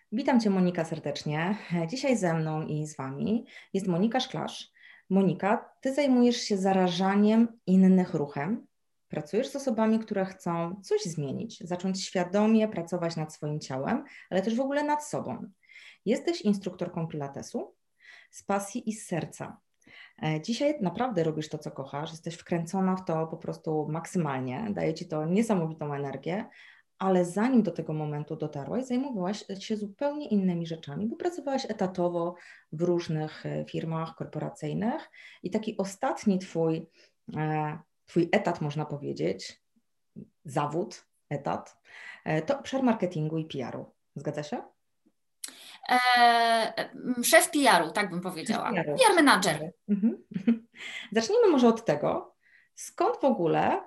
Witam Cię, Monika, serdecznie. Dzisiaj ze mną i z Wami jest Monika Szklarz. Monika, Ty zajmujesz się zarażaniem innych ruchem. Pracujesz z osobami, które chcą coś zmienić, zacząć świadomie pracować nad swoim ciałem, ale też w ogóle nad sobą. Jesteś instruktorką pilatesu z pasji i z serca. Dzisiaj naprawdę robisz to, co kochasz, jesteś wkręcona w to po prostu maksymalnie, daje Ci to niesamowitą energię, ale zanim do tego momentu dotarłaś, zajmowałaś się zupełnie innymi rzeczami, bo pracowałaś etatowo w różnych firmach korporacyjnych i taki ostatni twój etat, można powiedzieć, zawód, etat, to obszar marketingu i PR-u. Zgadza się? Szef PR-u, tak bym Szef powiedziała. PR-u. PR manager. Mhm. Zacznijmy może od tego, skąd w ogóle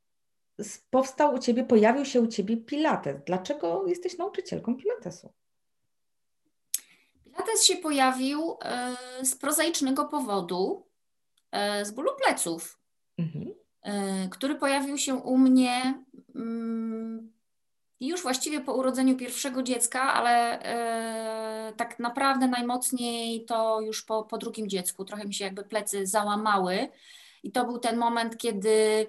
pojawił się u Ciebie Pilates? Dlaczego jesteś nauczycielką Pilatesu? Pilates się pojawił z prozaicznego powodu, z bólu pleców, Mhm. który pojawił się u mnie już właściwie po urodzeniu pierwszego dziecka, ale tak naprawdę najmocniej to już po drugim dziecku. Trochę mi się jakby plecy załamały i to był ten moment, kiedy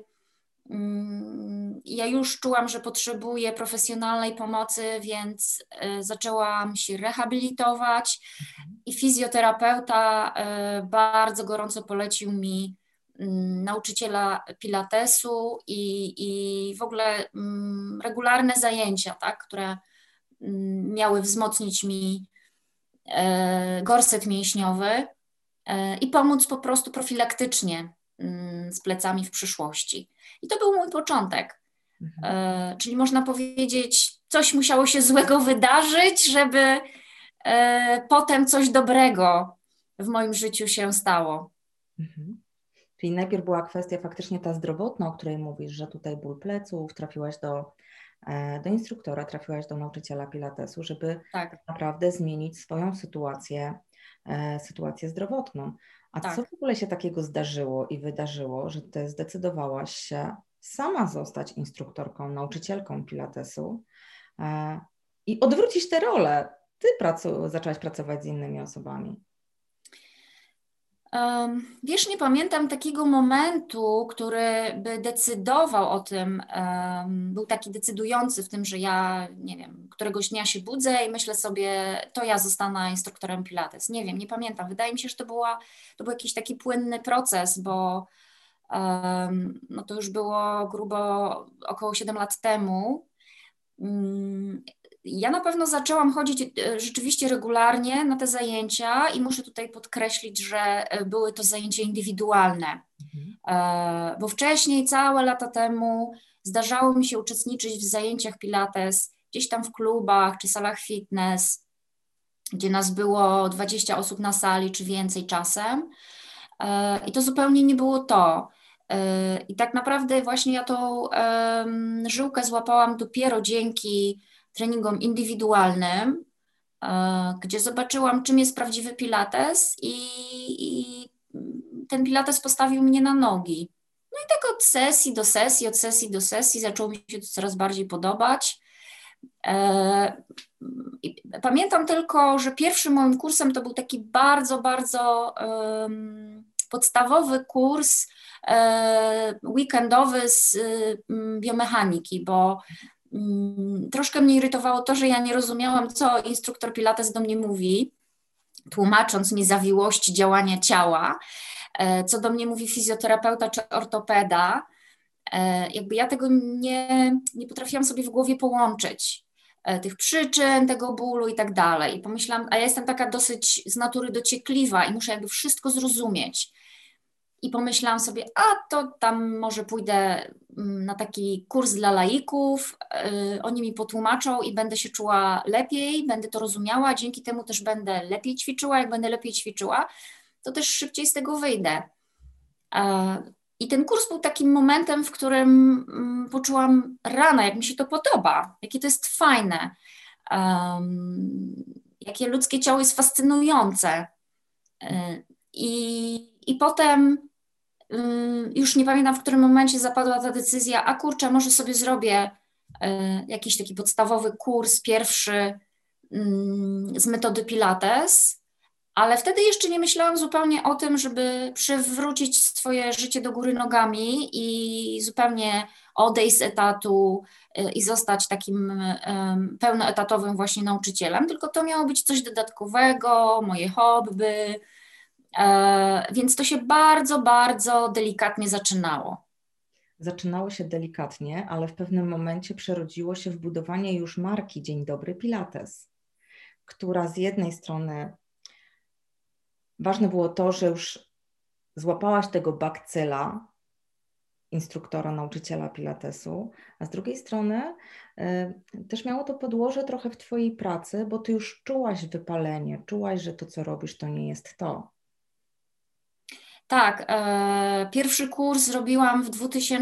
ja już czułam, że potrzebuję profesjonalnej pomocy, więc zaczęłam się rehabilitować i fizjoterapeuta bardzo gorąco polecił mi nauczyciela pilatesu i w ogóle regularne zajęcia, tak, które miały wzmocnić mi gorset mięśniowy i pomóc po prostu profilaktycznie z plecami w przyszłości. I to był mój początek. Mhm. Czyli można powiedzieć, coś musiało się złego wydarzyć, żeby potem coś dobrego w moim życiu się stało. Mhm. Czyli najpierw była kwestia faktycznie ta zdrowotna, o której mówisz, że tutaj ból pleców, trafiłaś do instruktora, trafiłaś do nauczyciela pilatesu, żeby Tak, tak naprawdę zmienić swoją sytuację zdrowotną. A co w tak. ogóle się takiego zdarzyło i wydarzyło, że Ty zdecydowałaś się sama zostać instruktorką, nauczycielką pilatesu i odwrócić tę rolę? Ty zaczęłaś pracować z innymi osobami. Wiesz, nie pamiętam takiego momentu, który by decydował o tym, był taki decydujący w tym, że ja, nie wiem, któregoś dnia się budzę i myślę sobie, to ja zostanę instruktorem Pilates. Nie wiem, nie pamiętam. Wydaje mi się, że to był jakiś taki płynny proces, bo no to już było grubo około 7 lat temu. Ja na pewno zaczęłam chodzić rzeczywiście regularnie na te zajęcia i muszę tutaj podkreślić, że były to zajęcia indywidualne, Mhm. bo wcześniej, całe lata temu, zdarzało mi się uczestniczyć w zajęciach Pilates gdzieś tam w klubach czy salach fitness, gdzie nas było 20 osób na sali czy więcej czasem i to zupełnie nie było to. I tak naprawdę właśnie ja tą żyłkę złapałam dopiero dzięki treningom indywidualnym, gdzie zobaczyłam, czym jest prawdziwy pilates i ten pilates postawił mnie na nogi. No i tak od sesji do sesji, od sesji do sesji zaczęło mi się to coraz bardziej podobać. Pamiętam tylko, że pierwszym moim kursem to był taki bardzo, bardzo podstawowy kurs weekendowy z biomechaniki, bo troszkę mnie irytowało to, że ja nie rozumiałam, co instruktor Pilates do mnie mówi, tłumacząc mi zawiłości działania ciała, co do mnie mówi fizjoterapeuta czy ortopeda. Jakby ja tego nie potrafiłam sobie w głowie połączyć, tych przyczyn tego bólu i tak dalej. I pomyślałam, a ja jestem taka dosyć z natury dociekliwa i muszę jakby wszystko zrozumieć. I pomyślałam sobie, a to tam może pójdę na taki kurs dla laików, oni mi potłumaczą i będę się czuła lepiej, będę to rozumiała, dzięki temu też będę lepiej ćwiczyła. Jak będę lepiej ćwiczyła, to też szybciej z tego wyjdę. I ten kurs był takim momentem, w którym poczułam rana, jak mi się to podoba, jakie to jest fajne, jakie ludzkie ciało jest fascynujące. I potem już nie pamiętam, w którym momencie zapadła ta decyzja, a kurczę, może sobie zrobię jakiś taki podstawowy kurs pierwszy z metody Pilates, ale wtedy jeszcze nie myślałam zupełnie o tym, żeby przywrócić swoje życie do góry nogami i zupełnie odejść z etatu i zostać takim pełnoetatowym właśnie nauczycielem, tylko to miało być coś dodatkowego, moje hobby, więc to się bardzo, bardzo delikatnie zaczynało. Zaczynało się delikatnie, ale w pewnym momencie przerodziło się w budowanie już marki Dzień Dobry Pilates, która z jednej strony ważne było to, że już złapałaś tego bakcyla instruktora, nauczyciela pilatesu, a z drugiej strony też miało to podłoże trochę w Twojej pracy, bo Ty już czułaś wypalenie, czułaś, że to, co robisz, to nie jest to. Tak, pierwszy kurs zrobiłam w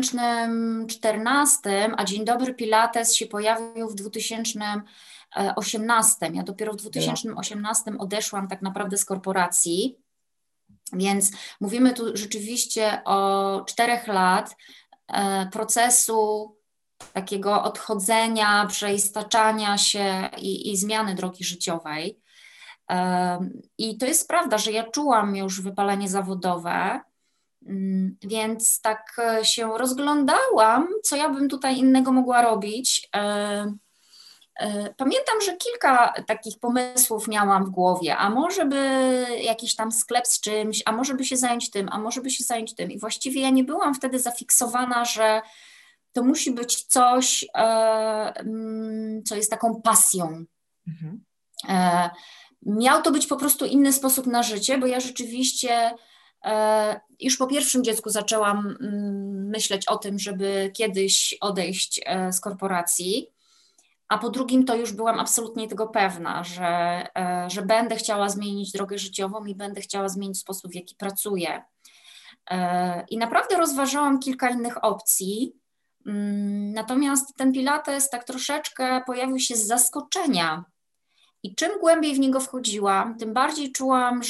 2014, a Dzień Dobry Pilates się pojawił w 2018. Ja dopiero w 2018 odeszłam tak naprawdę z korporacji, więc mówimy tu rzeczywiście o 4 lat procesu takiego odchodzenia, przeistaczania się i zmiany drogi życiowej. I to jest prawda, że ja czułam już wypalenie zawodowe, więc tak się rozglądałam, co ja bym tutaj innego mogła robić. Pamiętam, że kilka takich pomysłów miałam w głowie, a może by jakiś tam sklep z czymś, a może by się zająć tym, a może by się zająć tym. I właściwie ja nie byłam wtedy zafiksowana, że to musi być coś, co jest taką pasją. Mhm. Miał to być po prostu inny sposób na życie, bo ja rzeczywiście już po pierwszym dziecku zaczęłam myśleć o tym, żeby kiedyś odejść z korporacji, a po drugim to już byłam absolutnie tego pewna, że będę chciała zmienić drogę życiową i będę chciała zmienić sposób, w jaki pracuję. I naprawdę rozważałam kilka innych opcji, natomiast ten Pilates tak troszeczkę pojawił się z zaskoczenia. I czym głębiej w niego wchodziłam, tym bardziej czułam,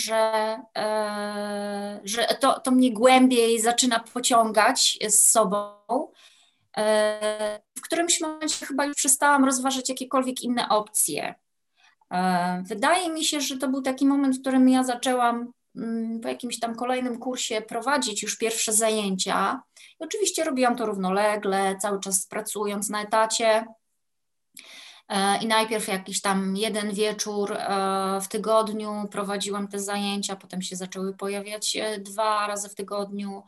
że to mnie głębiej zaczyna pociągać z sobą. W którymś momencie chyba już przestałam rozważać jakiekolwiek inne opcje. Wydaje mi się, że to był taki moment, w którym ja zaczęłam po jakimś tam kolejnym kursie prowadzić już pierwsze zajęcia. I oczywiście robiłam to równolegle, cały czas pracując na etacie. I najpierw jakiś tam jeden wieczór w tygodniu prowadziłam te zajęcia, potem się zaczęły pojawiać 2 razy w tygodniu.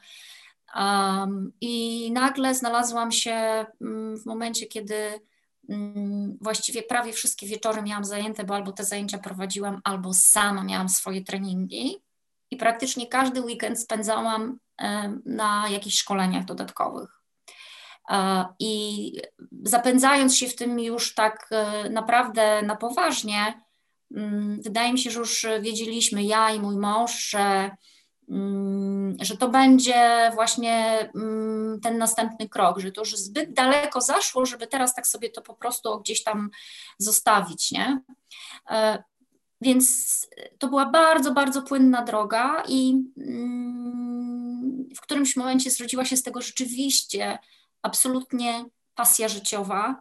I nagle znalazłam się w momencie, kiedy właściwie prawie wszystkie wieczory miałam zajęte, bo albo te zajęcia prowadziłam, albo sama miałam swoje treningi i praktycznie każdy weekend spędzałam na jakichś szkoleniach dodatkowych. I zapędzając się w tym już tak naprawdę na poważnie, wydaje mi się, że już wiedzieliśmy, ja i mój mąż, że to będzie właśnie ten następny krok, że to już zbyt daleko zaszło, żeby teraz tak sobie to po prostu gdzieś tam zostawić, nie? Więc to była bardzo, bardzo płynna droga i w którymś momencie zrodziła się z tego rzeczywiście absolutnie pasja życiowa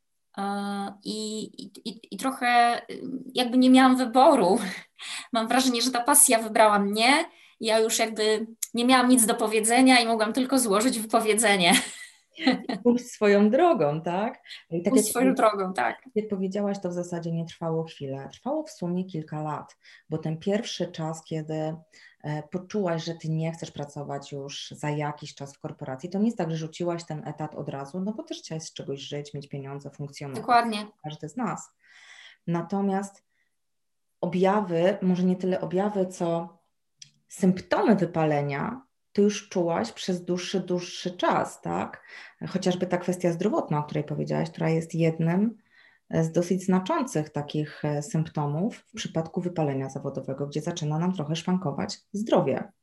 i trochę jakby nie miałam wyboru. Mam wrażenie, że ta pasja wybrała mnie. Ja już jakby nie miałam nic do powiedzenia i mogłam tylko złożyć wypowiedzenie. Pójść swoją drogą, tak? I tak pójść swoją drogą, tak. Jak powiedziałaś, to w zasadzie nie trwało chwilę. Trwało w sumie kilka lat, bo ten pierwszy czas, kiedy poczułaś, że ty nie chcesz pracować już za jakiś czas w korporacji, to nie jest tak, że rzuciłaś ten etat od razu, no bo też chciałaś z czegoś żyć, mieć pieniądze, funkcjonować. Dokładnie. Każdy z nas. Natomiast objawy, może nie tyle objawy, co symptomy wypalenia, to już czułaś przez dłuższy czas, tak? Chociażby ta kwestia zdrowotna, o której powiedziałaś, która jest jednym z dosyć znaczących takich symptomów w przypadku wypalenia zawodowego, gdzie zaczyna nam trochę szwankować zdrowie.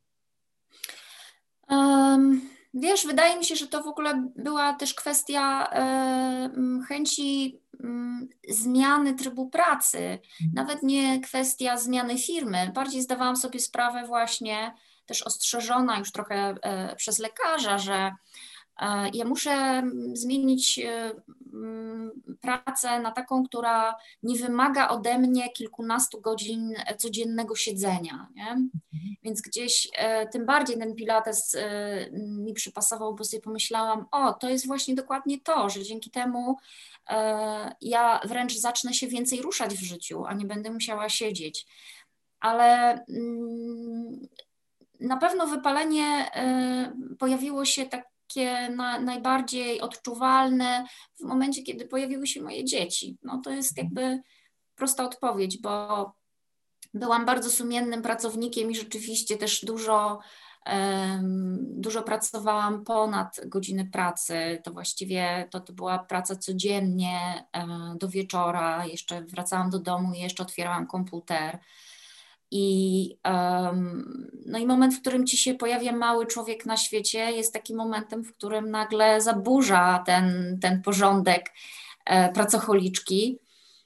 Wiesz, wydaje mi się, że to w ogóle była też kwestia chęci zmiany trybu pracy, nawet nie kwestia zmiany firmy. Bardziej zdawałam sobie sprawę właśnie, też ostrzeżona już trochę przez lekarza, że Ja muszę zmienić pracę na taką, która nie wymaga ode mnie kilkunastu godzin codziennego siedzenia, nie? Więc gdzieś tym bardziej ten pilates mi przypasował, bo sobie pomyślałam, to jest właśnie dokładnie to, że dzięki temu ja wręcz zacznę się więcej ruszać w życiu, a nie będę musiała siedzieć. Ale na pewno wypalenie pojawiło się takie najbardziej odczuwalne w momencie, kiedy pojawiły się moje dzieci. No to jest jakby prosta odpowiedź, bo byłam bardzo sumiennym pracownikiem i rzeczywiście też dużo pracowałam ponad godziny pracy. To właściwie to była praca codziennie do wieczora. Jeszcze wracałam do domu i jeszcze otwierałam komputer. No i moment, w którym ci się pojawia mały człowiek na świecie, jest takim momentem, w którym nagle zaburza ten porządek pracocholiczki.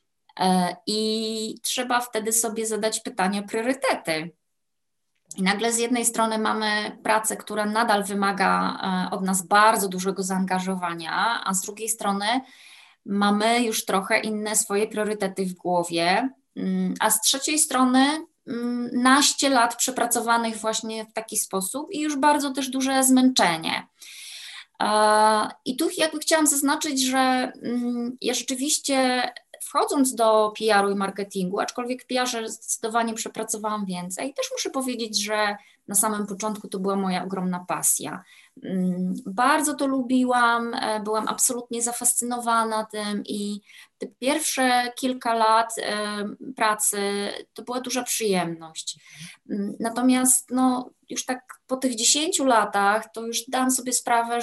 I trzeba wtedy sobie zadać pytanie priorytety. I nagle z jednej strony mamy pracę, która nadal wymaga od nas bardzo dużego zaangażowania, a z drugiej strony mamy już trochę inne swoje priorytety w głowie, a z trzeciej strony naście lat przepracowanych właśnie w taki sposób i już bardzo też duże zmęczenie. I tu jakby chciałam zaznaczyć, że ja rzeczywiście wchodząc do PR-u i marketingu, aczkolwiek w PR-ze zdecydowanie przepracowałam więcej, też muszę powiedzieć, że na samym początku to była moja ogromna pasja. Bardzo to lubiłam, byłam absolutnie zafascynowana tym i te pierwsze kilka lat pracy to była duża przyjemność. Natomiast no, już tak po tych 10 latach to już dałam sobie sprawę,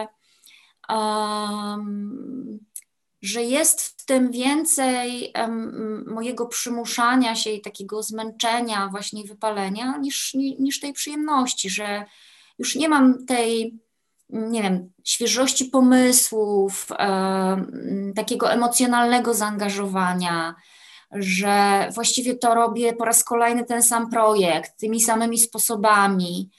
że jest w tym więcej mojego przymuszania się i takiego zmęczenia, właśnie wypalenia, niż tej przyjemności, że już nie mam tej, nie wiem, świeżości pomysłów, takiego emocjonalnego zaangażowania, że właściwie to robię po raz kolejny ten sam projekt, tymi samymi sposobami,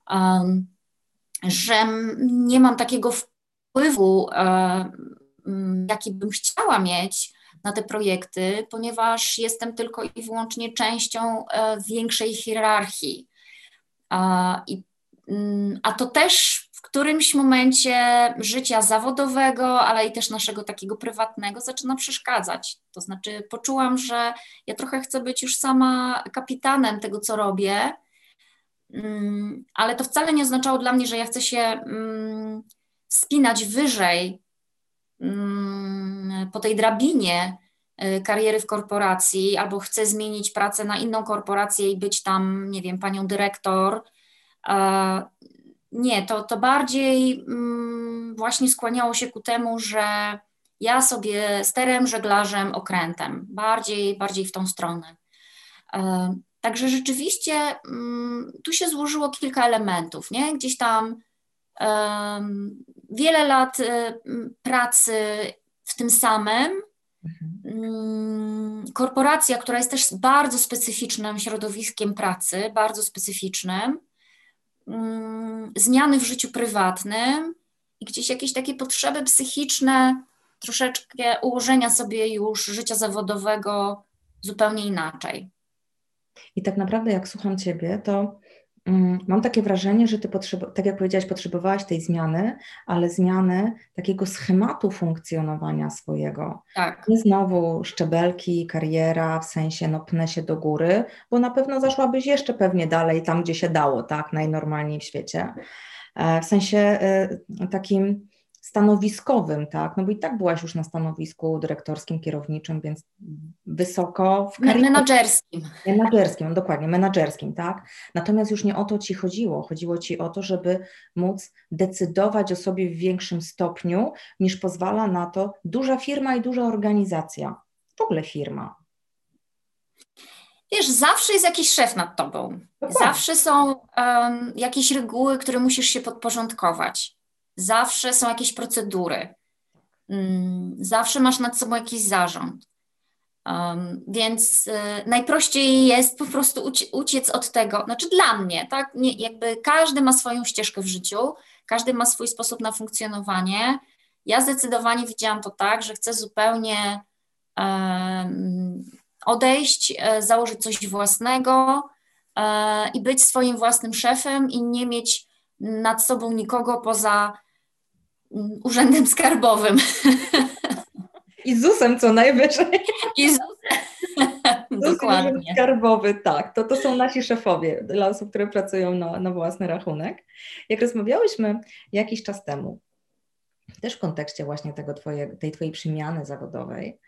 że nie mam takiego wpływu, jaki bym chciała mieć na te projekty, ponieważ jestem tylko i wyłącznie częścią większej hierarchii. A to też w którymś momencie życia zawodowego, ale i też naszego takiego prywatnego zaczyna przeszkadzać. To znaczy poczułam, że ja trochę chcę być już sama kapitanem tego, co robię, ale to wcale nie oznaczało dla mnie, że ja chcę się wspinać wyżej po tej drabinie kariery w korporacji, albo chcę zmienić pracę na inną korporację i być tam, nie wiem, panią dyrektor. Nie, to bardziej właśnie skłaniało się ku temu, że ja sobie sterem, żeglarzem, okrętem, bardziej w tą stronę. Także rzeczywiście tu się złożyło kilka elementów, nie? Gdzieś tam wiele lat pracy w tym samym, korporacja, która jest też bardzo specyficznym środowiskiem pracy, bardzo specyficznym, zmiany w życiu prywatnym i gdzieś jakieś takie potrzeby psychiczne, troszeczkę ułożenia sobie już życia zawodowego zupełnie inaczej. I tak naprawdę jak słucham Ciebie, to mam takie wrażenie, że Ty, tak jak powiedziałaś, potrzebowałaś tej zmiany, ale zmiany takiego schematu funkcjonowania swojego. Tak. Nie znowu szczebelki, kariera, w sensie no pnę się do góry, bo na pewno zaszłabyś jeszcze pewnie dalej tam, gdzie się dało, tak, najnormalniej w świecie. W sensie takim stanowiskowym, tak, no bo i tak byłaś już na stanowisku dyrektorskim, kierowniczym, więc wysoko w karierze. Menadżerskim, dokładnie, menadżerskim, tak. Natomiast już nie o to Ci chodziło. Chodziło Ci o to, żeby móc decydować o sobie w większym stopniu, niż pozwala na to duża firma i duża organizacja. W ogóle firma. Wiesz, zawsze jest jakiś szef nad tobą. Dokładnie. Zawsze są jakieś reguły, które musisz się podporządkować. Zawsze są jakieś procedury. Zawsze masz nad sobą jakiś zarząd. Więc najprościej jest po prostu uciec od tego, znaczy dla mnie, tak? Nie, jakby każdy ma swoją ścieżkę w życiu, każdy ma swój sposób na funkcjonowanie. Ja zdecydowanie widziałam to tak, że chcę zupełnie odejść, założyć coś własnego i być swoim własnym szefem i nie mieć nad sobą nikogo poza urzędem skarbowym. I ZUS-em co najwyżej. I Urząd dokładnie. Skarbowy, tak. To są nasi szefowie dla osób, które pracują na własny rachunek. Jak rozmawiałyśmy jakiś czas temu, też w kontekście właśnie tej twojej przemiany zawodowej,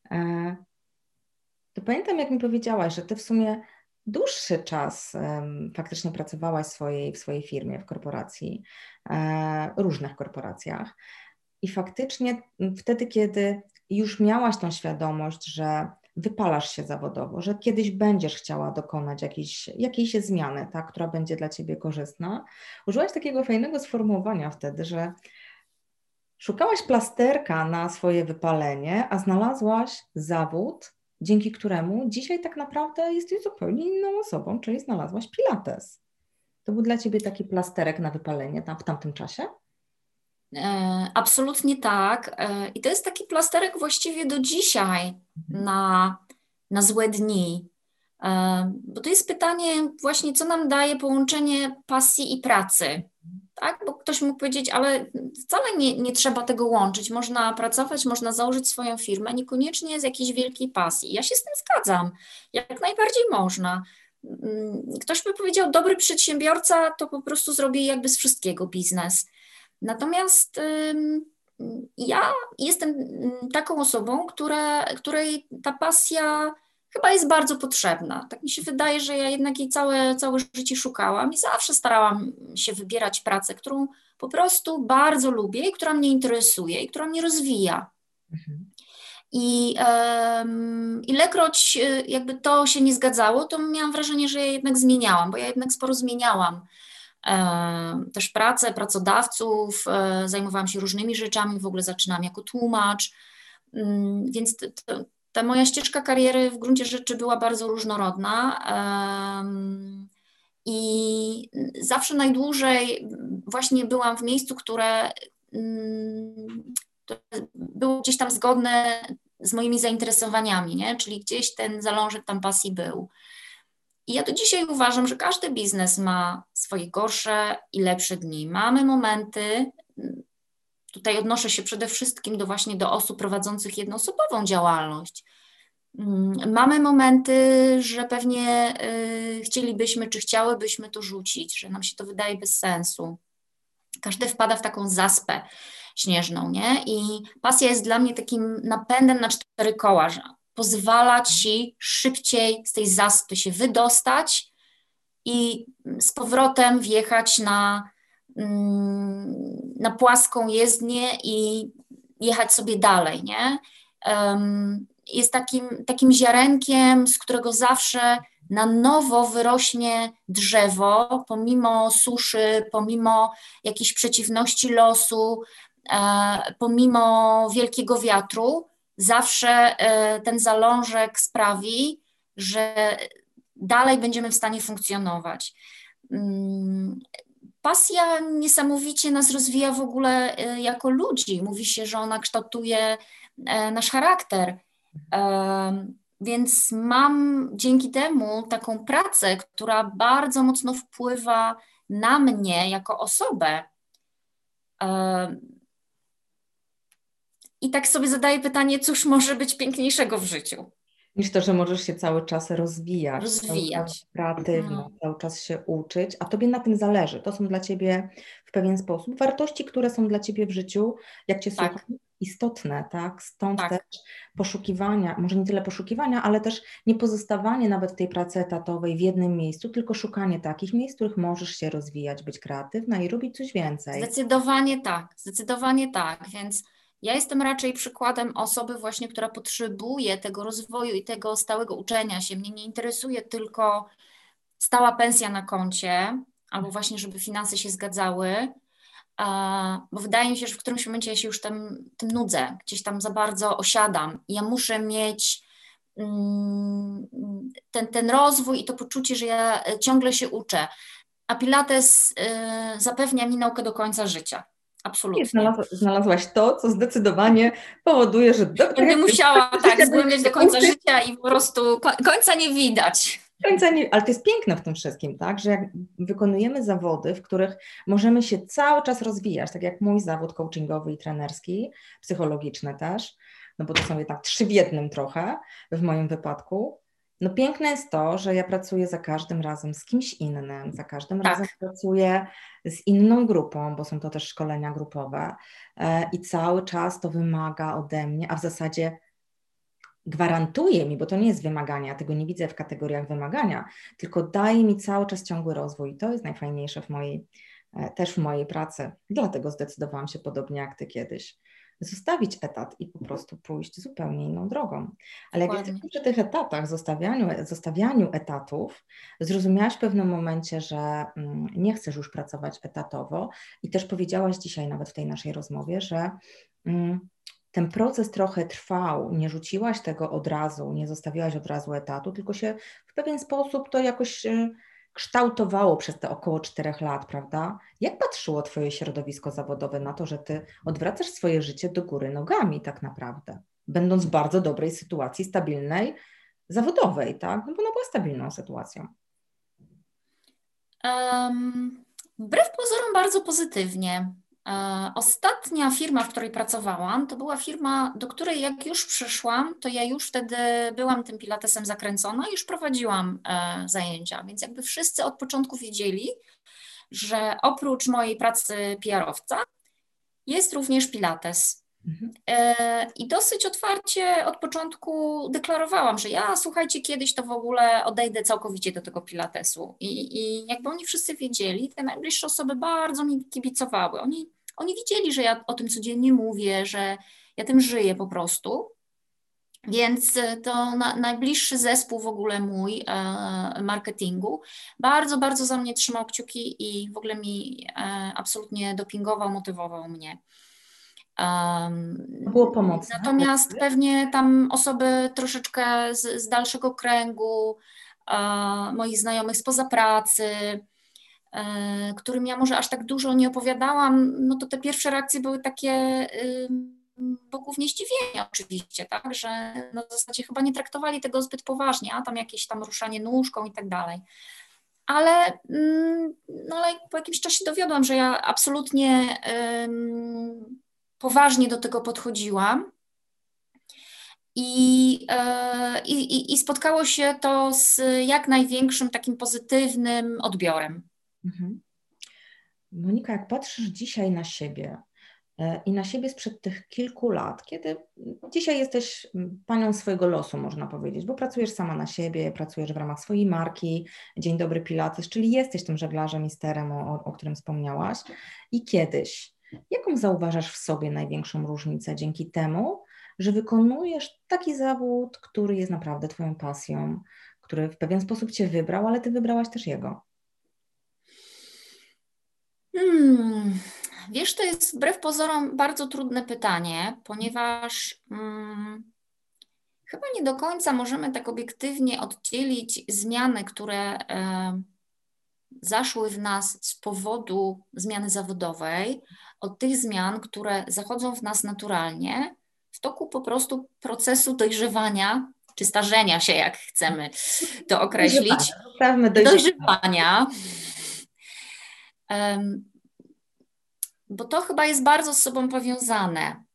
to pamiętam, jak mi powiedziałaś, że ty w sumie dłuższy czas faktycznie pracowałaś w swojej firmie, w korporacji, różnych korporacjach. I faktycznie wtedy, kiedy już miałaś tą świadomość, że wypalasz się zawodowo, że kiedyś będziesz chciała dokonać jakiejś zmiany, tak, która będzie dla ciebie korzystna, użyłaś takiego fajnego sformułowania wtedy, że szukałaś plasterka na swoje wypalenie, a znalazłaś zawód, dzięki któremu dzisiaj tak naprawdę jesteś zupełnie inną osobą, czyli znalazłaś Pilates. To był dla ciebie taki plasterek na wypalenie w tamtym czasie? Absolutnie tak. I to jest taki plasterek właściwie do dzisiaj na złe dni. Bo to jest pytanie właśnie, co nam daje połączenie pasji i pracy. Tak? Bo ktoś mógł powiedzieć, ale wcale nie trzeba tego łączyć. Można pracować, można założyć swoją firmę, niekoniecznie z jakiejś wielkiej pasji. Ja się z tym zgadzam. Jak najbardziej można. Ktoś by powiedział, dobry przedsiębiorca to po prostu zrobi jakby z wszystkiego biznes. Natomiast ja jestem taką osobą, której ta pasja chyba jest bardzo potrzebna. Tak mi się wydaje, że ja jednak jej całe życie szukałam i zawsze starałam się wybierać pracę, którą po prostu bardzo lubię i która mnie interesuje i która mnie rozwija. I ilekroć jakby to się nie zgadzało, to miałam wrażenie, że ja jednak zmieniałam, bo ja jednak sporo zmieniałam. Też pracę, pracodawców, zajmowałam się różnymi rzeczami, w ogóle zaczynałam jako tłumacz, więc ta moja ścieżka kariery w gruncie rzeczy była bardzo różnorodna i zawsze najdłużej właśnie byłam w miejscu, które było gdzieś tam zgodne z moimi zainteresowaniami, nie? Czyli gdzieś ten zalążek tam pasji był. I ja do dzisiaj uważam, że każdy biznes ma swoje gorsze i lepsze dni. Mamy momenty, tutaj odnoszę się przede wszystkim właśnie do osób prowadzących jednoosobową działalność. Mamy momenty, że pewnie chcielibyśmy, czy chciałybyśmy to rzucić, że nam się to wydaje bez sensu. Każdy wpada w taką zaspę śnieżną, nie? I pasja jest dla mnie takim napędem na 4 koła, że pozwala ci szybciej z tej zaspy się wydostać i z powrotem wjechać na płaską jezdnię i jechać sobie dalej, nie? Jest takim ziarenkiem, z którego zawsze na nowo wyrośnie drzewo, pomimo suszy, pomimo jakichś przeciwności losu, pomimo wielkiego wiatru, zawsze ten zalążek sprawi, że dalej będziemy w stanie funkcjonować. Pasja niesamowicie nas rozwija w ogóle jako ludzi. Mówi się, że ona kształtuje nasz charakter. Więc mam dzięki temu taką pracę, która bardzo mocno wpływa na mnie jako osobę. I tak sobie zadaję pytanie, cóż może być piękniejszego w życiu? Niż to, że możesz się cały czas rozwijać. Cały czas kreatywnie, cały czas się uczyć, a tobie na tym zależy. To są dla ciebie w pewien sposób wartości, które są dla ciebie w życiu, jak cię słucham, istotne, tak? Stąd też poszukiwania, może nie tyle poszukiwania, ale też nie pozostawanie nawet w tej pracy etatowej w jednym miejscu, tylko szukanie takich miejsc, w których możesz się rozwijać, być kreatywna i robić coś więcej. Zdecydowanie tak, więc ja jestem raczej przykładem osoby właśnie, która potrzebuje tego rozwoju i tego stałego uczenia się. Mnie nie interesuje tylko stała pensja na koncie, albo właśnie, żeby finanse się zgadzały, bo wydaje mi się, że w którymś momencie ja się już tym nudzę, gdzieś tam za bardzo osiadam. Ja muszę mieć ten rozwój i to poczucie, że ja ciągle się uczę. A Pilates zapewnia mi naukę do końca życia. I Absolutnie. znalazłaś to, co zdecydowanie powoduje, że Będę musiała tak zgłębiać do końca uczyć. życia i po prostu końca nie widać. Ale to jest piękne w tym wszystkim, tak, że jak wykonujemy zawody, w których możemy się cały czas rozwijać, tak jak mój zawód coachingowy i trenerski, psychologiczny też, no bo to są jednak 3 w 1 trochę w moim wypadku. No piękne jest to, że ja pracuję za każdym razem z kimś innym, za każdym razem Tak, pracuję z inną grupą, bo są to też szkolenia grupowe i cały czas to wymaga ode mnie, a w zasadzie gwarantuje mi, bo to nie jest wymagania, ja tego nie widzę w kategoriach wymagania, tylko daje mi cały czas ciągły rozwój i to jest najfajniejsze też w mojej pracy. Dlatego zdecydowałam się, podobnie jak Ty kiedyś, zostawić etat i po prostu pójść zupełnie inną drogą. Ale jak dokładnie. jesteśmy przy tych etatach, zostawianiu etatów, zrozumiałaś w pewnym momencie, że nie chcesz już pracować etatowo i też powiedziałaś dzisiaj nawet w tej naszej rozmowie, że ten proces trochę trwał, nie rzuciłaś tego od razu, nie zostawiłaś od razu etatu, tylko się w pewien sposób to jakoś kształtowało przez te około 4 lat, prawda? Jak patrzyło Twoje środowisko zawodowe na to, że Ty odwracasz swoje życie do góry nogami tak naprawdę, będąc w bardzo dobrej sytuacji, stabilnej, zawodowej, tak? No bo ona była stabilną sytuacją. Wbrew pozorom bardzo pozytywnie. Ostatnia firma, w której pracowałam, to była firma, do której jak już przyszłam, to ja już wtedy byłam tym pilatesem zakręcona i już prowadziłam zajęcia, więc jakby wszyscy od początku wiedzieli, że oprócz mojej pracy PR-owca jest również pilates. I dosyć otwarcie od początku deklarowałam, że ja, słuchajcie, kiedyś to w ogóle odejdę całkowicie do tego pilatesu. I jakby oni wszyscy wiedzieli, te najbliższe osoby bardzo mi kibicowały. Oni widzieli, że ja o tym codziennie mówię, że ja tym żyję po prostu. Więc to najbliższy zespół w ogóle mój marketingu bardzo, bardzo za mnie trzymał kciuki i w ogóle mi absolutnie dopingował, motywował mnie. Było pomocne. Natomiast pewnie tam osoby troszeczkę z dalszego kręgu, moich znajomych spoza pracy, którym ja może aż tak dużo nie opowiadałam, no to te pierwsze reakcje były takie bo głównie zdziwienie oczywiście, tak, że no w zasadzie chyba nie traktowali tego zbyt poważnie, a tam jakieś tam ruszanie nóżką i tak dalej. Ale, no ale po jakimś czasie dowiodłam, że ja absolutnie poważnie do tego podchodziłam i spotkało się to z jak największym takim pozytywnym odbiorem. Monika, jak patrzysz dzisiaj na siebie i na siebie sprzed tych kilku lat, kiedy dzisiaj jesteś panią swojego losu, można powiedzieć, bo pracujesz sama na siebie, pracujesz w ramach swojej marki Dzień Dobry Pilates, czyli jesteś tym żeglarzem i sterem, o którym wspomniałaś. I kiedyś, jaką zauważasz w sobie największą różnicę dzięki temu, że wykonujesz taki zawód, który jest naprawdę twoją pasją, który w pewien sposób cię wybrał, ale ty wybrałaś też jego? Wiesz, to jest wbrew pozorom bardzo trudne pytanie, ponieważ chyba nie do końca możemy tak obiektywnie oddzielić zmiany, które zaszły w nas z powodu zmiany zawodowej, od tych zmian, które zachodzą w nas naturalnie w toku po prostu procesu dojrzewania, czy starzenia się, jak chcemy to określić. Dojrzewania. Bo to chyba jest bardzo z sobą powiązane.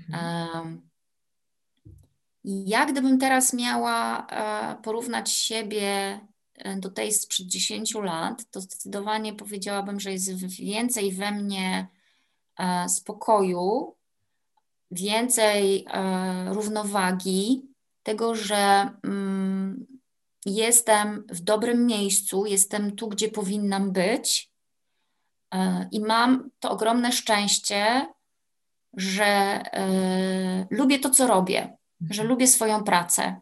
Ja gdybym teraz miała porównać siebie do tej sprzed 10 lat, to zdecydowanie powiedziałabym, że jest więcej we mnie spokoju, więcej równowagi, tego, że jestem w dobrym miejscu, jestem tu, gdzie powinnam być i mam to ogromne szczęście, że lubię to, co robię, że lubię swoją pracę.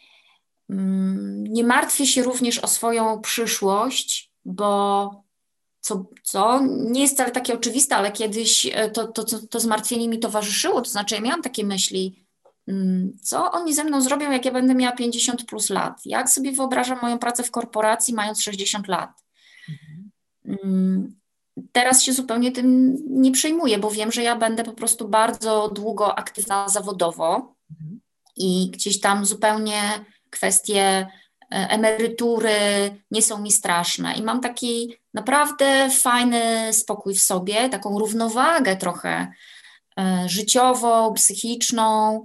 Nie martwię się również o swoją przyszłość, bo co nie jest wcale takie oczywiste, ale kiedyś to zmartwienie mi towarzyszyło, to znaczy ja miałam takie myśli, Co oni ze mną zrobią, jak ja będę miała 50 plus lat? Jak sobie wyobrażam moją pracę w korporacji, mając 60 lat? Mhm. Teraz się zupełnie tym nie przejmuję, bo wiem, że ja będę po prostu bardzo długo aktywna zawodowo Mhm. i gdzieś tam zupełnie kwestie emerytury nie są mi straszne. I mam taki naprawdę fajny spokój w sobie, taką równowagę trochę życiową, psychiczną,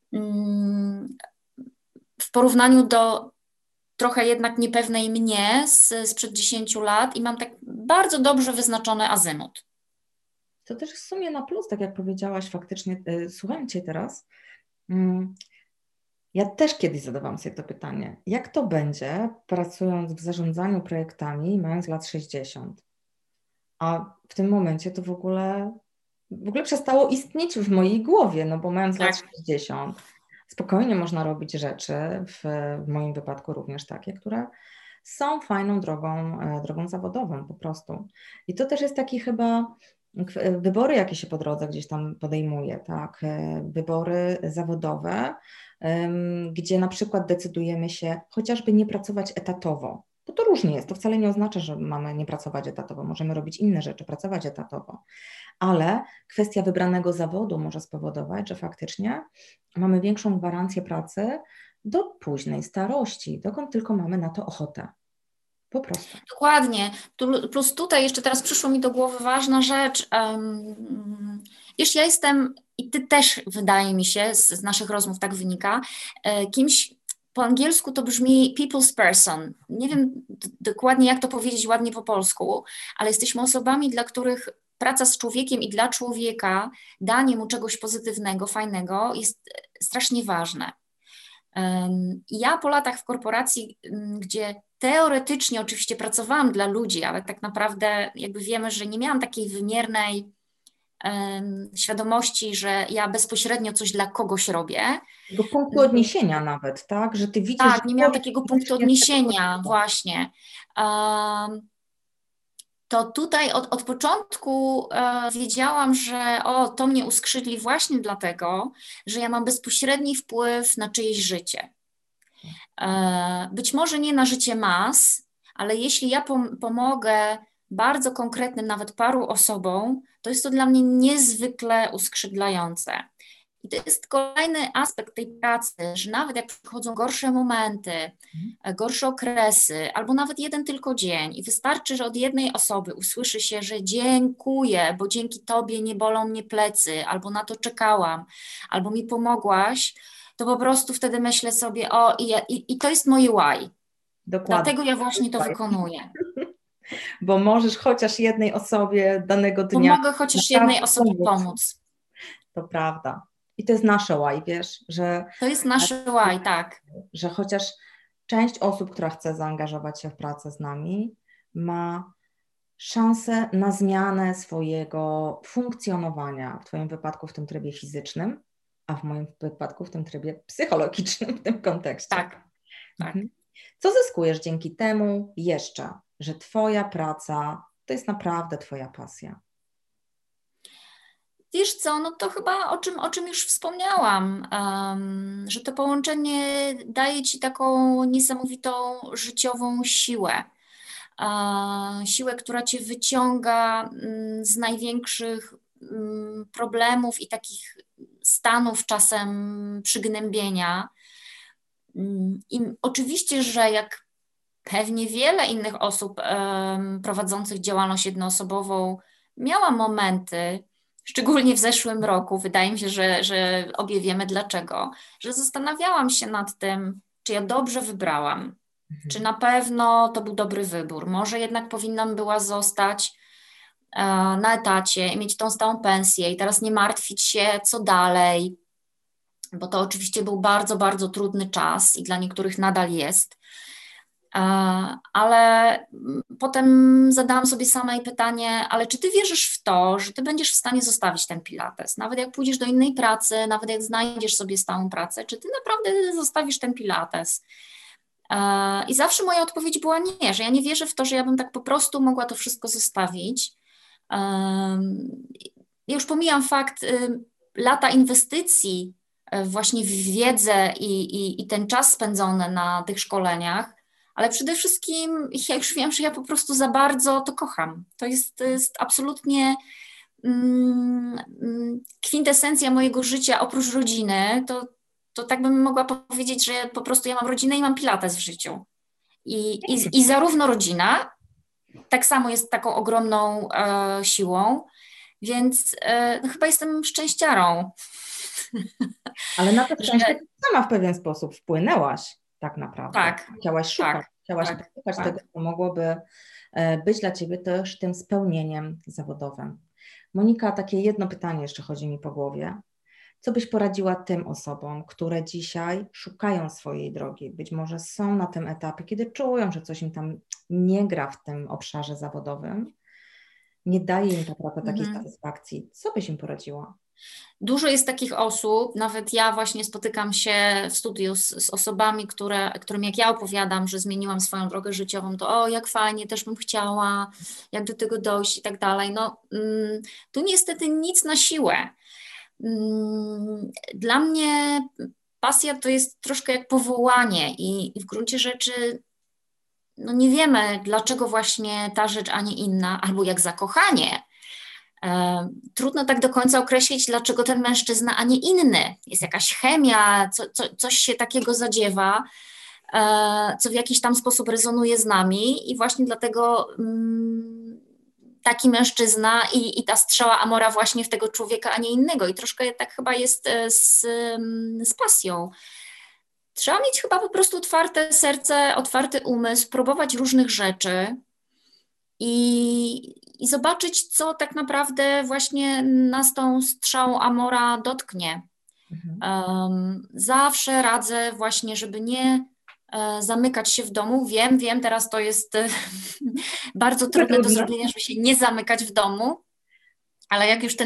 w porównaniu do trochę jednak niepewnej mnie sprzed 10 lat i mam tak bardzo dobrze wyznaczony azymut. To też w sumie na plus, tak jak powiedziałaś, faktycznie, słucham Cię teraz. mm, Ja też kiedyś zadawałam sobie to pytanie, jak to będzie pracując w zarządzaniu projektami, mając lat 60? A w tym momencie to w ogóle przestało istnieć w mojej głowie, no bo mając lat Tak. 60, spokojnie można robić rzeczy, w moim wypadku również takie, które są fajną drogą zawodową po prostu. I to też jest taki chyba wybory, jakie się po drodze gdzieś tam podejmuje, tak? Wybory zawodowe, gdzie na przykład decydujemy się chociażby nie pracować etatowo. Bo to różnie jest, to wcale nie oznacza, że mamy nie pracować etatowo, możemy robić inne rzeczy, pracować etatowo, ale kwestia wybranego zawodu może spowodować, że faktycznie mamy większą gwarancję pracy do późnej starości, dokąd tylko mamy na to ochotę. Po prostu. Dokładnie. Plus tutaj jeszcze teraz przyszło mi do głowy ważna rzecz. Wiesz, ja jestem, i ty też wydaje mi się, z naszych rozmów tak wynika, kimś, po angielsku to brzmi people's person. Nie wiem dokładnie, jak to powiedzieć ładnie po polsku, ale jesteśmy osobami, dla których praca z człowiekiem i dla człowieka, danie mu czegoś pozytywnego, fajnego jest strasznie ważne. Ja po latach w korporacji, gdzie teoretycznie oczywiście pracowałam dla ludzi, ale tak naprawdę jakby wiemy, że nie miałam takiej wymiernej świadomości, że ja bezpośrednio coś dla kogoś robię. Tego punktu odniesienia nawet, tak? Że ty widzisz, że Tak, nie miałam ktoś takiego punktu faktycznie z tego odniesienia korzysta. właśnie. To tutaj od początku wiedziałam, że to mnie uskrzydli właśnie dlatego, że ja mam bezpośredni wpływ na czyjeś życie. Być może nie na życie mas, ale jeśli ja pomogę bardzo konkretnym, nawet paru osobom, to jest to dla mnie niezwykle uskrzydlające. I to jest kolejny aspekt tej pracy, że nawet jak przychodzą gorsze momenty, gorsze okresy, albo nawet jeden tylko dzień i wystarczy, że od jednej osoby usłyszy się, że dziękuję, bo dzięki tobie nie bolą mnie plecy, albo na to czekałam, albo mi pomogłaś, to po prostu wtedy myślę sobie, i to jest moje why. Dokładnie. Dlatego ja właśnie to wykonuję. Bo możesz chociaż jednej osobie danego dnia Pomogę chociaż jednej naprawdę osobie pomóc. pomóc. To prawda. I to jest nasze why, wiesz, To jest nasze why, tak. że chociaż część osób, która chce zaangażować się w pracę z nami, ma szansę na zmianę swojego funkcjonowania, w Twoim wypadku w tym trybie fizycznym, a w moim wypadku w tym trybie psychologicznym w tym kontekście. Tak, tak. Co zyskujesz dzięki temu jeszcze, że Twoja praca to jest naprawdę Twoja pasja? Wiesz co, no to chyba o czym już wspomniałam, że to połączenie daje ci taką niesamowitą życiową siłę. Siłę, która cię wyciąga z największych problemów i takich stanów czasem przygnębienia. I oczywiście, że jak pewnie wiele innych osób prowadzących działalność jednoosobową, miałam momenty, szczególnie w zeszłym roku, wydaje mi się, że obie wiemy dlaczego, że zastanawiałam się nad tym, czy ja dobrze wybrałam, czy na pewno to był dobry wybór. Może jednak powinnam była zostać na etacie i mieć tą stałą pensję i teraz nie martwić się, co dalej, bo to oczywiście był bardzo, bardzo trudny czas i dla niektórych nadal jest. Ale potem zadałam sobie samej pytanie, ale czy ty wierzysz w to, że ty będziesz w stanie zostawić ten pilates? Nawet jak pójdziesz do innej pracy, nawet jak znajdziesz sobie stałą pracę, czy ty naprawdę zostawisz ten pilates? I zawsze moja odpowiedź była nie, że ja nie wierzę w to, że ja bym tak po prostu mogła to wszystko zostawić. Ja już pomijam fakt lata inwestycji właśnie w wiedzę i ten czas spędzony na tych szkoleniach, ale przede wszystkim ja już wiem, że ja po prostu za bardzo to kocham. To jest absolutnie kwintesencja mojego życia oprócz rodziny. To tak bym mogła powiedzieć, że po prostu ja mam rodzinę i mam pilates w życiu. I zarówno rodzina tak samo jest taką ogromną siłą, więc no chyba jestem szczęściarą. Ale na to szczęście ty sama w pewien sposób wpłynęłaś tak naprawdę. Tak, Chciałaś szukać, chciałaś tak, szukać tak. tego, co mogłoby być dla ciebie też tym spełnieniem zawodowym. Monika, takie jedno pytanie jeszcze chodzi mi po głowie. Co byś poradziła tym osobom, które dzisiaj szukają swojej drogi? Być może są na tym etapie, kiedy czują, że coś im tam nie gra w tym obszarze zawodowym, nie daje im tak naprawdę takiej satysfakcji. Co byś im poradziła? Dużo jest takich osób, nawet ja właśnie spotykam się w studiu z osobami, którym jak ja opowiadam, że zmieniłam swoją drogę życiową, to o, jak fajnie, też bym chciała, jak do tego dojść i tak dalej. No, tu niestety nic na siłę. Dla mnie pasja to jest troszkę jak powołanie i w gruncie rzeczy no nie wiemy, dlaczego właśnie ta rzecz, a nie inna, albo jak zakochanie. Trudno tak do końca określić, dlaczego ten mężczyzna, a nie inny. Jest jakaś chemia, coś się takiego zadziewa, co w jakiś tam sposób rezonuje z nami i właśnie dlatego taki mężczyzna i ta strzała Amora właśnie w tego człowieka, a nie innego. I troszkę tak chyba jest z pasją. Trzeba mieć chyba po prostu otwarte serce, otwarty umysł, próbować różnych rzeczy i zobaczyć, co tak naprawdę właśnie nas tą strzałą Amora dotknie. Zawsze radzę właśnie, żeby nie zamykać się w domu. Wiem, teraz to jest bardzo trudne do zrobienia, żeby się nie zamykać w domu, ale jak już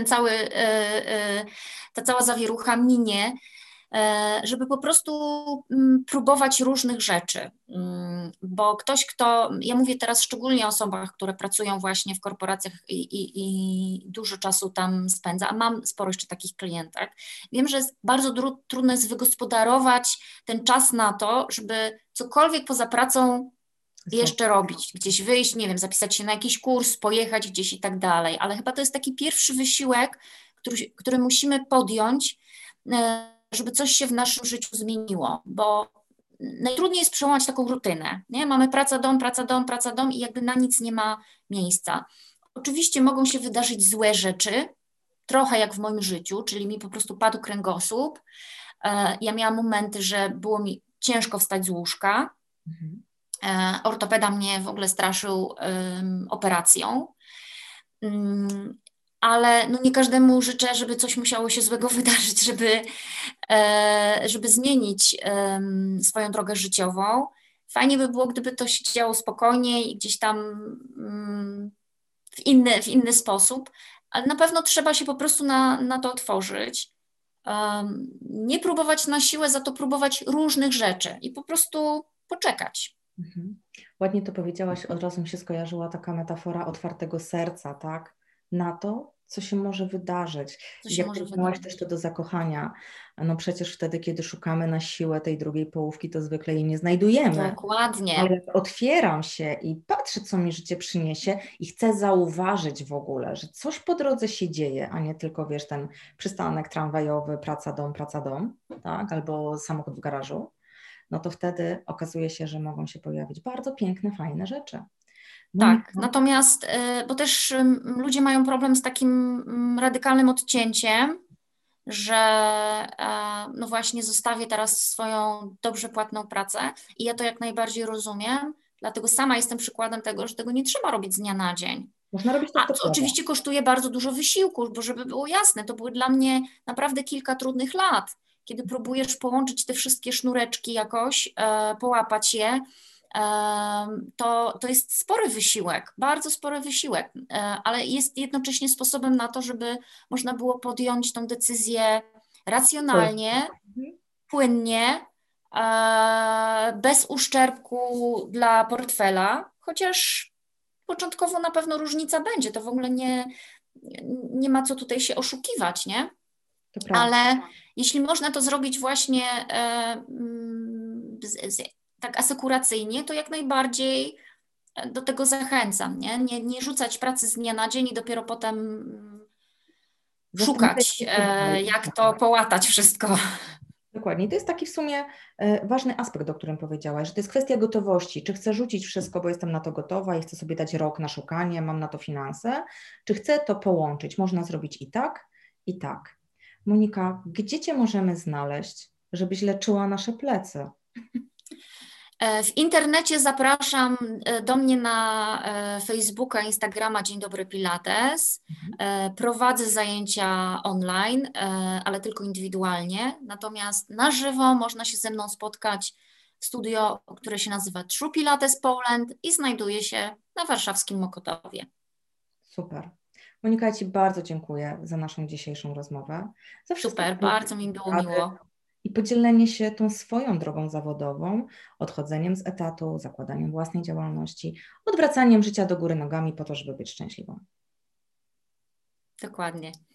ta cała zawierucha minie, żeby po prostu próbować różnych rzeczy, bo ja mówię teraz szczególnie o osobach, które pracują właśnie w korporacjach i dużo czasu tam spędza, a mam sporo jeszcze takich klientek, wiem, że jest bardzo trudno jest wygospodarować ten czas na to, żeby cokolwiek poza pracą jeszcze robić, gdzieś wyjść, nie wiem, zapisać się na jakiś kurs, pojechać gdzieś i tak dalej, ale chyba to jest taki pierwszy wysiłek, który musimy podjąć, żeby coś się w naszym życiu zmieniło, bo najtrudniej jest przełamać taką rutynę, nie? Mamy praca, dom, praca, dom, praca, dom i jakby na nic nie ma miejsca. Oczywiście mogą się wydarzyć złe rzeczy, trochę jak w moim życiu, czyli mi po prostu padł kręgosłup. Ja miałam momenty, że było mi ciężko wstać z łóżka. Ortopeda mnie w ogóle straszył operacją. Ale no nie każdemu życzę, żeby coś musiało się złego wydarzyć, żeby zmienić swoją drogę życiową. Fajnie by było, gdyby to się działo spokojniej i gdzieś tam w inny sposób, ale na pewno trzeba się po prostu na to otworzyć. Nie próbować na siłę, za to próbować różnych rzeczy i po prostu poczekać. Ładnie to powiedziałaś, od razu mi się skojarzyła taka metafora otwartego serca, tak? Na to, co się może wydarzyć. I jak porównałaś też to do zakochania, no przecież wtedy, kiedy szukamy na siłę tej drugiej połówki, to zwykle jej nie znajdujemy. Dokładnie. Ale jak otwieram się i patrzę, co mi życie przyniesie i chcę zauważyć w ogóle, że coś po drodze się dzieje, a nie tylko, wiesz, ten przystanek tramwajowy, praca, dom, tak? Albo samochód w garażu, no to wtedy okazuje się, że mogą się pojawić bardzo piękne, fajne rzeczy. Tak, natomiast, bo też ludzie mają problem z takim radykalnym odcięciem, że no właśnie zostawię teraz swoją dobrze płatną pracę i ja to jak najbardziej rozumiem, dlatego sama jestem przykładem tego, że tego nie trzeba robić z dnia na dzień. Można robić to co oczywiście kosztuje bardzo dużo wysiłku, bo żeby było jasne, to były dla mnie naprawdę kilka trudnych lat, kiedy próbujesz połączyć te wszystkie sznureczki jakoś, połapać je, to jest spory wysiłek, bardzo spory wysiłek, ale jest jednocześnie sposobem na to, żeby można było podjąć tą decyzję racjonalnie, płynnie, bez uszczerbku dla portfela, chociaż początkowo na pewno różnica będzie, to w ogóle nie ma co tutaj się oszukiwać, nie? To prawda. Ale jeśli można to zrobić właśnie tak asekuracyjnie, to jak najbardziej do tego zachęcam, nie rzucać pracy z dnia na dzień i dopiero potem Zastanawiać szukać, się, co dalej. jak to połatać wszystko. Dokładnie. To jest taki w sumie ważny aspekt, o którym powiedziałaś, że to jest kwestia gotowości. Czy chcę rzucić wszystko, bo jestem na to gotowa i chcę sobie dać rok na szukanie, mam na to finanse, czy chcę to połączyć? Można zrobić i tak, i tak. Monika, gdzie Cię możemy znaleźć, żebyś leczyła nasze plecy? W internecie zapraszam do mnie na Facebooka, Instagrama Dzień Dobry Pilates. Prowadzę zajęcia online, ale tylko indywidualnie. Natomiast na żywo można się ze mną spotkać w studio, które się nazywa True Pilates Poland i znajduje się na warszawskim Mokotowie. Super. Monika, ja Ci bardzo dziękuję za naszą dzisiejszą rozmowę. Za wszystkie Super, bardzo mi było rady miło. i podzielenie się tą swoją drogą zawodową, odchodzeniem z etatu, zakładaniem własnej działalności, odwracaniem życia do góry nogami po to, żeby być szczęśliwą. Dokładnie.